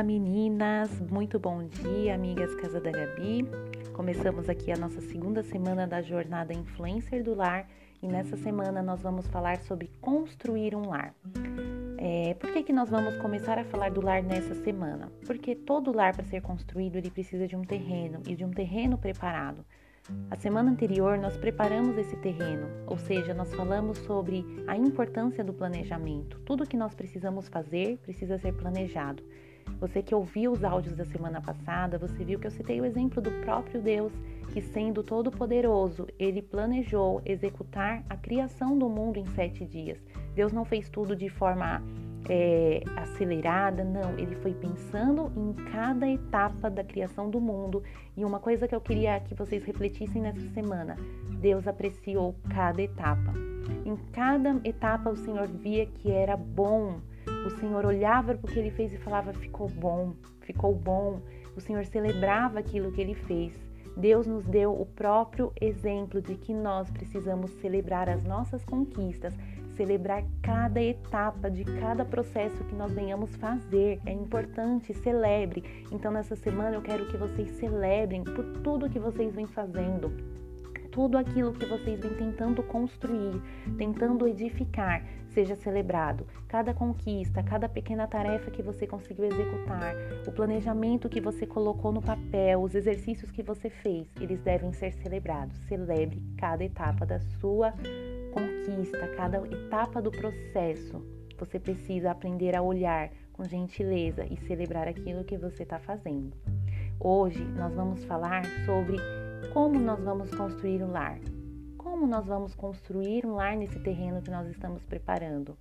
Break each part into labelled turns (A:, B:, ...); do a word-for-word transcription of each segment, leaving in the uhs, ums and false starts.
A: meninas! Muito bom dia, amigas Casa da Gabi. Começamos aqui a nossa segunda semana da jornada Influencer do Lar e nessa semana nós vamos falar sobre construir um lar. É, por que que nós vamos começar a falar do lar nessa semana? Porque todo lar, para ser construído, ele precisa de um terreno e de um terreno preparado. A semana anterior nós preparamos esse terreno, ou seja, nós falamos sobre a importância do planejamento. Tudo que nós precisamos fazer precisa ser planejado. Você que ouviu os áudios da semana passada, você viu que eu citei o exemplo do próprio Deus, que sendo todo-poderoso, ele planejou executar a criação do mundo em sete dias. Deus não fez tudo de forma é, acelerada, não. Ele foi pensando em cada etapa da criação do mundo. E uma coisa que eu queria que vocês refletissem nessa semana, Deus apreciou cada etapa. Em cada etapa o Senhor via que era bom. O Senhor olhava para o que ele fez e falava, ficou bom, ficou bom. O Senhor celebrava aquilo que ele fez. Deus nos deu o próprio exemplo de que nós precisamos celebrar as nossas conquistas, celebrar cada etapa de cada processo que nós venhamos fazer. É importante, celebre. Então, nessa semana eu quero que vocês celebrem por tudo que vocês vêm fazendo. Tudo aquilo que vocês vêm tentando construir, tentando edificar, seja celebrado. Cada conquista, cada pequena tarefa que você conseguiu executar, o planejamento que você colocou no papel, os exercícios que você fez, eles devem ser celebrados. Celebre cada etapa da sua conquista, cada etapa do processo. Você precisa aprender a olhar com gentileza e celebrar aquilo que você está fazendo. Hoje nós vamos falar sobre como nós vamos construir um lar. Como nós vamos construir um lar nesse terreno que nós estamos preparando?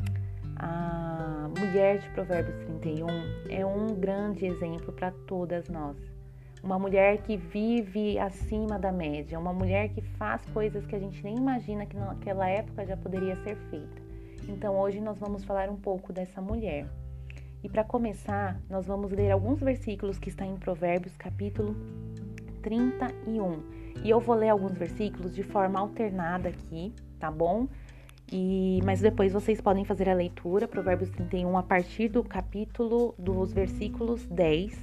A: A mulher de Provérbios trinta e um é um grande exemplo para todas nós. Uma mulher que vive acima da média, uma mulher que faz coisas que a gente nem imagina que naquela época já poderia ser feita. Então hoje nós vamos falar um pouco dessa mulher. E para começar, nós vamos ler alguns versículos que estão em Provérbios capítulo trinta e um. E eu vou ler alguns versículos de forma alternada aqui, tá bom? E, mas depois vocês podem fazer a leitura, Provérbios trinta e um, a partir do capítulo, dos versículos dez,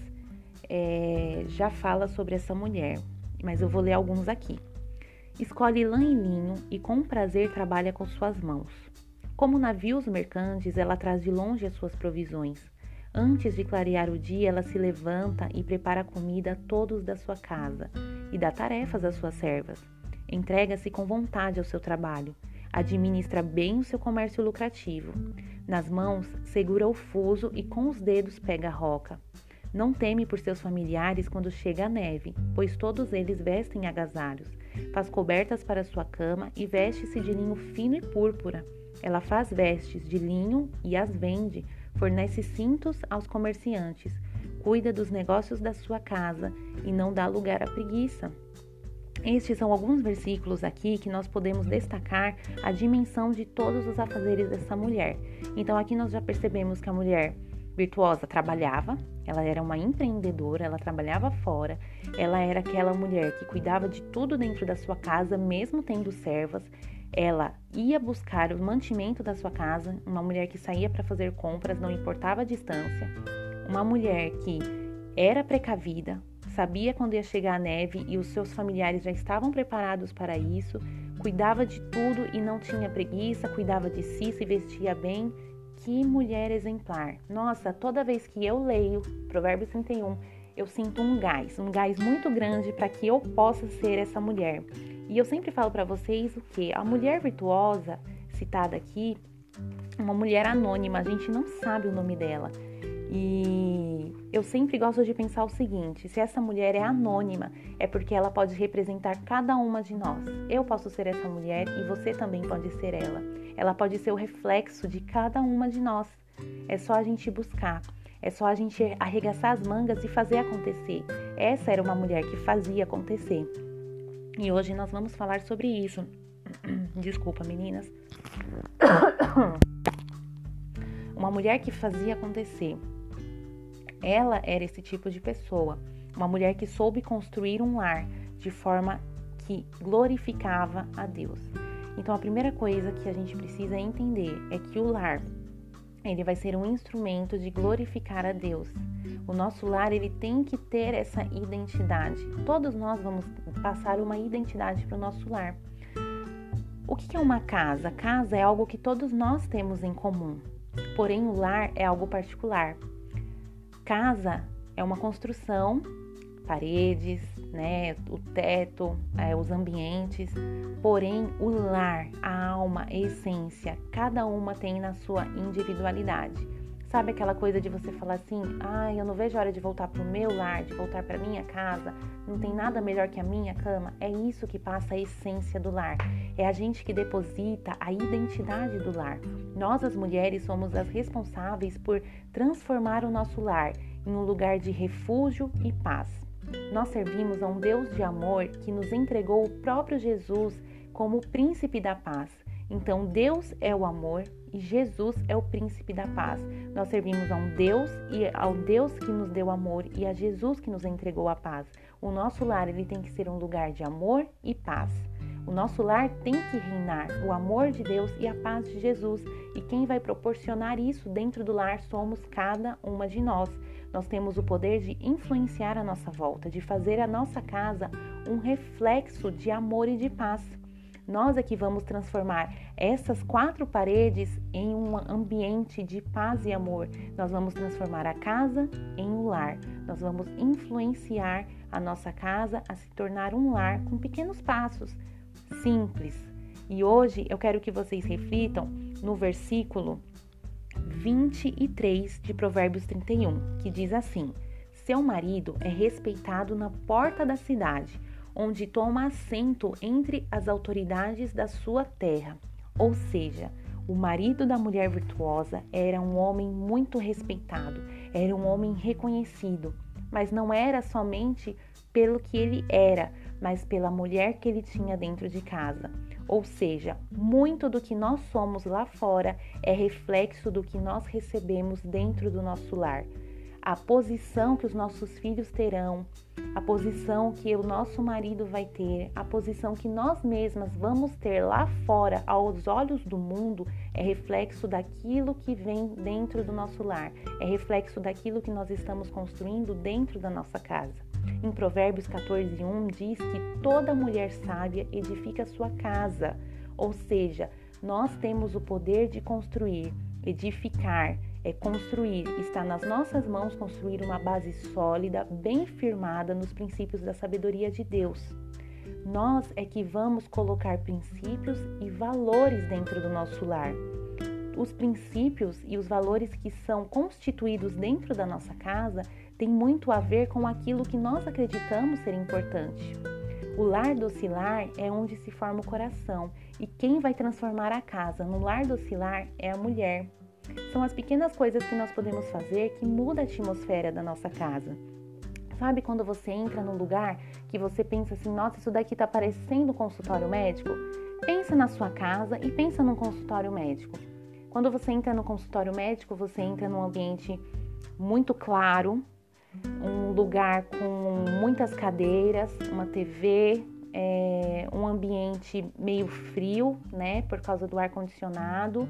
A: é, já fala sobre essa mulher. Mas eu vou ler alguns aqui. Escolhe lã e linho e com prazer trabalha com suas mãos. Como navios mercantes, ela traz de longe as suas provisões. Antes de clarear o dia, ela se levanta e prepara comida a todos da sua casa e dá tarefas às suas servas. Entrega-se com vontade ao seu trabalho, administra bem o seu comércio lucrativo. Nas mãos, segura o fuso e com os dedos pega a roca. Não teme por seus familiares quando chega a neve, pois todos eles vestem agasalhos. Faz cobertas para sua cama e veste-se de linho fino e púrpura. Ela faz vestes de linho e as vende. Fornece cintos aos comerciantes, cuida dos negócios da sua casa e não dá lugar à preguiça. Estes são alguns versículos aqui que nós podemos destacar a dimensão de todos os afazeres dessa mulher. Então aqui nós já percebemos que a mulher virtuosa trabalhava, ela era uma empreendedora, ela trabalhava fora, ela era aquela mulher que cuidava de tudo dentro da sua casa, mesmo tendo servas. Ela ia buscar o mantimento da sua casa, uma mulher que saía para fazer compras, não importava a distância. Uma mulher que era precavida, sabia quando ia chegar a neve e os seus familiares já estavam preparados para isso, cuidava de tudo e não tinha preguiça, cuidava de si, se vestia bem. Que mulher exemplar! Nossa, toda vez que eu leio Provérbios trinta e um, eu sinto um gás, um gás muito grande para que eu possa ser essa mulher. E eu sempre falo para vocês o que? A mulher virtuosa, citada aqui, uma mulher anônima, a gente não sabe o nome dela. E eu sempre gosto de pensar o seguinte, se essa mulher é anônima, é porque ela pode representar cada uma de nós. Eu posso ser essa mulher e você também pode ser ela. Ela pode ser o reflexo de cada uma de nós. É só a gente buscar. É só a gente arregaçar as mangas e fazer acontecer. Essa era uma mulher que fazia acontecer. E hoje nós vamos falar sobre isso. Desculpa, meninas. Uma mulher que fazia acontecer. Ela era esse tipo de pessoa. Uma mulher que soube construir um lar de forma que glorificava a Deus. Então, a primeira coisa que a gente precisa entender é que o lar, ele vai ser um instrumento de glorificar a Deus. O nosso lar, ele tem que ter essa identidade. Todos nós vamos passar uma identidade para o nosso lar. O que é uma casa? Casa é algo que todos nós temos em comum, porém o lar é algo particular. Casa é uma construção, paredes, né, o teto, é, os ambientes, porém o lar, a alma, a essência, cada uma tem na sua individualidade. Sabe aquela coisa de você falar assim, ah, eu não vejo a hora de voltar para o meu lar, de voltar para minha casa, não tem nada melhor que a minha cama? É isso que passa a essência do lar. É a gente que deposita a identidade do lar. Nós, as mulheres, somos as responsáveis por transformar o nosso lar em um lugar de refúgio e paz. Nós servimos a um Deus de amor que nos entregou o próprio Jesus como o príncipe da paz. Então, Deus é o amor e Jesus é o príncipe da paz. Nós servimos a um Deus e ao Deus que nos deu amor e a Jesus que nos entregou a paz. O nosso lar, ele tem que ser um lugar de amor e paz. O nosso lar tem que reinar o amor de Deus e a paz de Jesus. E quem vai proporcionar isso dentro do lar somos cada uma de nós. Nós temos o poder de influenciar a nossa volta, de fazer a nossa casa um reflexo de amor e de paz. Nós é que vamos transformar essas quatro paredes em um ambiente de paz e amor. Nós vamos transformar a casa em um lar. Nós vamos influenciar a nossa casa a se tornar um lar com pequenos passos, simples. E hoje eu quero que vocês reflitam no versículo vinte e três de Provérbios trinta e um, que diz assim: seu marido é respeitado na porta da cidade, onde toma assento entre as autoridades da sua terra. Ou seja, o marido da mulher virtuosa era um homem muito respeitado, era um homem reconhecido, mas não era somente pelo que ele era, mas pela mulher que ele tinha dentro de casa. Ou seja, muito do que nós somos lá fora é reflexo do que nós recebemos dentro do nosso lar. A posição que os nossos filhos terão, a posição que o nosso marido vai ter, a posição que nós mesmas vamos ter lá fora aos olhos do mundo é reflexo daquilo que vem dentro do nosso lar, é reflexo daquilo que nós estamos construindo dentro da nossa casa. Em Provérbios quatorze, um diz que toda mulher sábia edifica sua casa, ou seja, nós temos o poder de construir, edificar, é construir, está nas nossas mãos construir uma base sólida, bem firmada nos princípios da sabedoria de Deus. Nós é que vamos colocar princípios e valores dentro do nosso lar. Os princípios e os valores que são constituídos dentro da nossa casa têm muito a ver com aquilo que nós acreditamos ser importante. O lar docilar é onde se forma o coração, e quem vai transformar a casa no lar docilar é a mulher. São as pequenas coisas que nós podemos fazer que muda a atmosfera da nossa casa. Sabe quando você entra num lugar que você pensa assim, nossa, isso daqui tá parecendo um consultório médico? Pensa na sua casa e pensa num consultório médico. Quando você entra no consultório médico, você entra num ambiente muito claro, um lugar com muitas cadeiras, uma T V, é, um ambiente meio frio, né, por causa do ar-condicionado.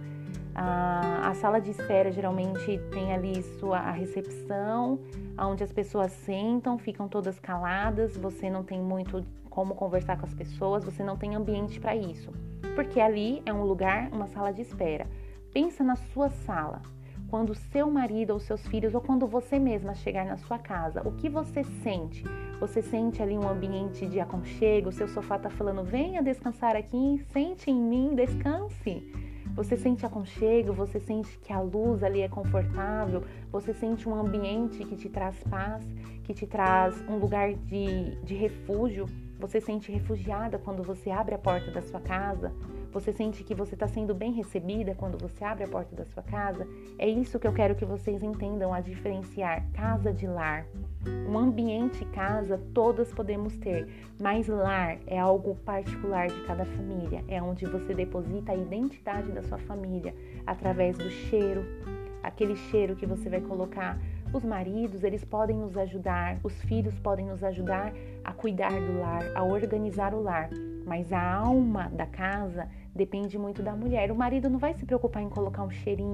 A: A, a sala de espera geralmente tem ali sua, a recepção, onde as pessoas sentam, ficam todas caladas, você não tem muito como conversar com as pessoas, você não tem ambiente para isso, porque ali é um lugar, uma sala de espera. Pensa na sua sala, quando o seu marido ou seus filhos, ou quando você mesma chegar na sua casa, o que você sente? Você sente ali um ambiente de aconchego, o seu sofá está falando, venha descansar aqui, sente em mim, descanse. Você sente aconchego, você sente que a luz ali é confortável, você sente um ambiente que te traz paz, que te traz um lugar de, de refúgio. Você sente refugiada quando você abre a porta da sua casa, você sente que você está sendo bem recebida quando você abre a porta da sua casa. É isso que eu quero que vocês entendam a diferenciar casa de lar. Um ambiente casa todas podemos ter, mas lar é algo particular de cada família, é onde você deposita a identidade da sua família através do cheiro, aquele cheiro que você vai colocar. Os maridos, eles podem nos ajudar, os filhos podem nos ajudar a cuidar do lar, a organizar o lar, mas a alma da casa depende muito da mulher. O marido não vai se preocupar em colocar um cheirinho,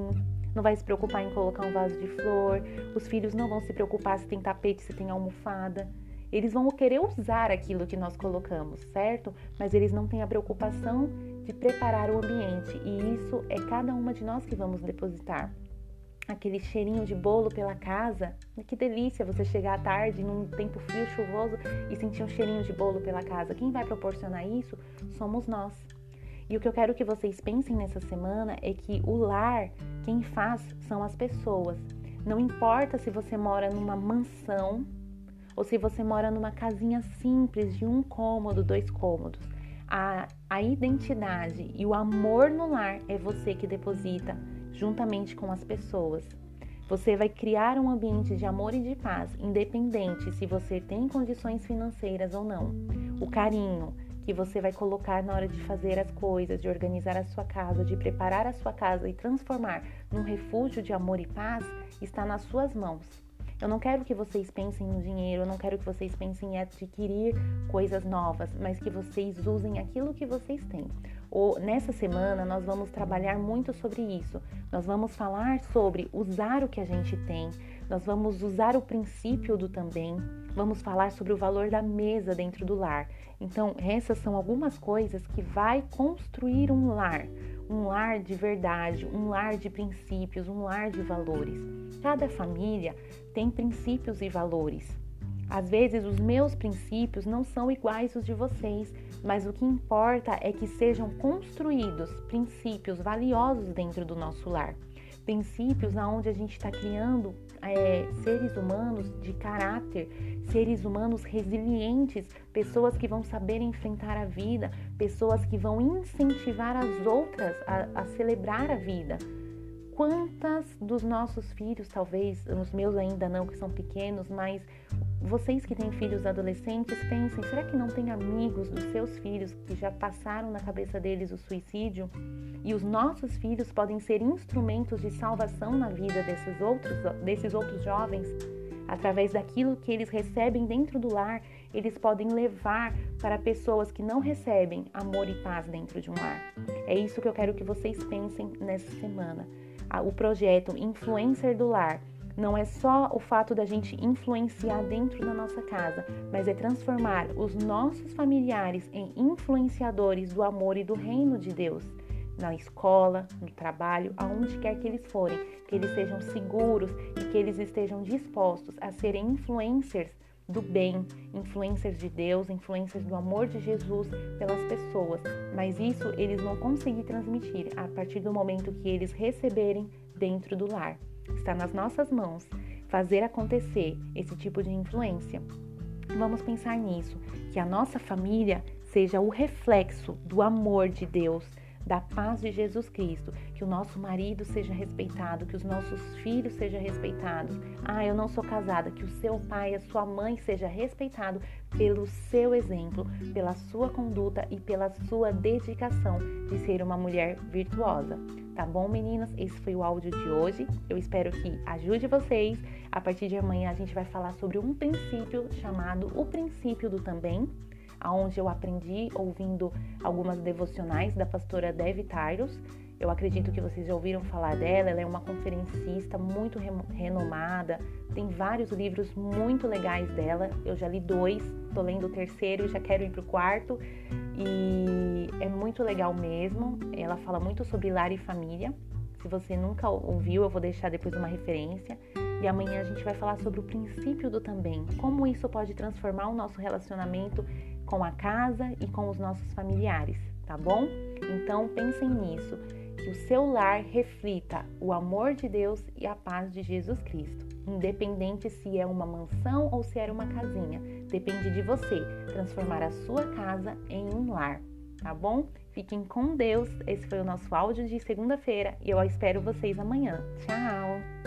A: não vai se preocupar em colocar um vaso de flor, os filhos não vão se preocupar se tem tapete, se tem almofada. Eles vão querer usar aquilo que nós colocamos, certo? Mas eles não têm a preocupação de preparar o ambiente, e isso é cada uma de nós que vamos depositar. Aquele cheirinho de bolo pela casa, que delícia você chegar à tarde num tempo frio, chuvoso e sentir um cheirinho de bolo pela casa. Quem vai proporcionar isso somos nós. E o que eu quero que vocês pensem nessa semana é que o lar, quem faz são as pessoas. Não importa se você mora numa mansão ou se você mora numa casinha simples de um cômodo, dois cômodos. A, a identidade e o amor no lar é você que deposita juntamente com as pessoas. Você vai criar um ambiente de amor e de paz, independente se você tem condições financeiras ou não. O carinho que você vai colocar na hora de fazer as coisas, de organizar a sua casa, de preparar a sua casa e transformar num refúgio de amor e paz, está nas suas mãos. Eu não quero que vocês pensem no dinheiro, eu não quero que vocês pensem em adquirir coisas novas, mas que vocês usem aquilo que vocês têm. Ou, nessa semana nós vamos trabalhar muito sobre isso. Nós vamos falar sobre usar o que a gente tem, nós vamos usar o princípio do também, vamos falar sobre o valor da mesa dentro do lar. Então, essas são algumas coisas que vai construir um lar. Um lar de verdade, um lar de princípios, um lar de valores. Cada família tem princípios e valores. Às vezes os meus princípios não são iguais aos de vocês, mas o que importa é que sejam construídos princípios valiosos dentro do nosso lar. Princípios onde a gente está criando é, seres humanos de caráter, seres humanos resilientes, pessoas que vão saber enfrentar a vida, pessoas que vão incentivar as outras a, a celebrar a vida. Quantas dos nossos filhos, talvez, os meus ainda não, que são pequenos, mas vocês que têm filhos adolescentes, pensem, será que não tem amigos dos seus filhos que já passaram na cabeça deles o suicídio? E os nossos filhos podem ser instrumentos de salvação na vida desses outros, desses outros jovens? Através daquilo que eles recebem dentro do lar, eles podem levar para pessoas que não recebem amor e paz dentro de um lar. É isso que eu quero que vocês pensem nessa semana. O projeto Influencer do Lar não é só o fato da gente influenciar dentro da nossa casa, mas é transformar os nossos familiares em influenciadores do amor e do reino de Deus. Na escola, no trabalho, aonde quer que eles forem, que eles sejam seguros e que eles estejam dispostos a serem influencers do bem, influencers de Deus, influencers do amor de Jesus pelas pessoas. Mas isso eles vão conseguir transmitir a partir do momento que eles receberem dentro do lar. Está nas nossas mãos fazer acontecer esse tipo de influência. Vamos pensar nisso, que a nossa família seja o reflexo do amor de Deus, da paz de Jesus Cristo, que o nosso marido seja respeitado, que os nossos filhos sejam respeitados. Ah, eu não sou casada, que o seu pai, a sua mãe seja respeitado pelo seu exemplo, pela sua conduta e pela sua dedicação de ser uma mulher virtuosa. Tá bom, meninas? Esse foi o áudio de hoje. Eu espero que ajude vocês. A partir de amanhã a gente vai falar sobre um princípio chamado o princípio do também, onde eu aprendi ouvindo algumas devocionais da pastora Devi Tyrus. Eu acredito que vocês já ouviram falar dela. Ela é uma conferencista muito renomada, tem vários livros muito legais dela. Eu já li dois, tô lendo o terceiro e já quero ir pro quarto. E é muito legal mesmo. Ela fala muito sobre lar e família. Se você nunca ouviu, eu vou deixar depois uma referência. E amanhã a gente vai falar sobre o princípio do também, como isso pode transformar o nosso relacionamento com a casa e com os nossos familiares, tá bom? Então pensem nisso, que o seu lar reflita o amor de Deus e a paz de Jesus Cristo, independente se é uma mansão ou se é uma casinha, depende de você transformar a sua casa em um lar, tá bom? Fiquem com Deus, esse foi o nosso áudio de segunda-feira e eu espero vocês amanhã. Tchau!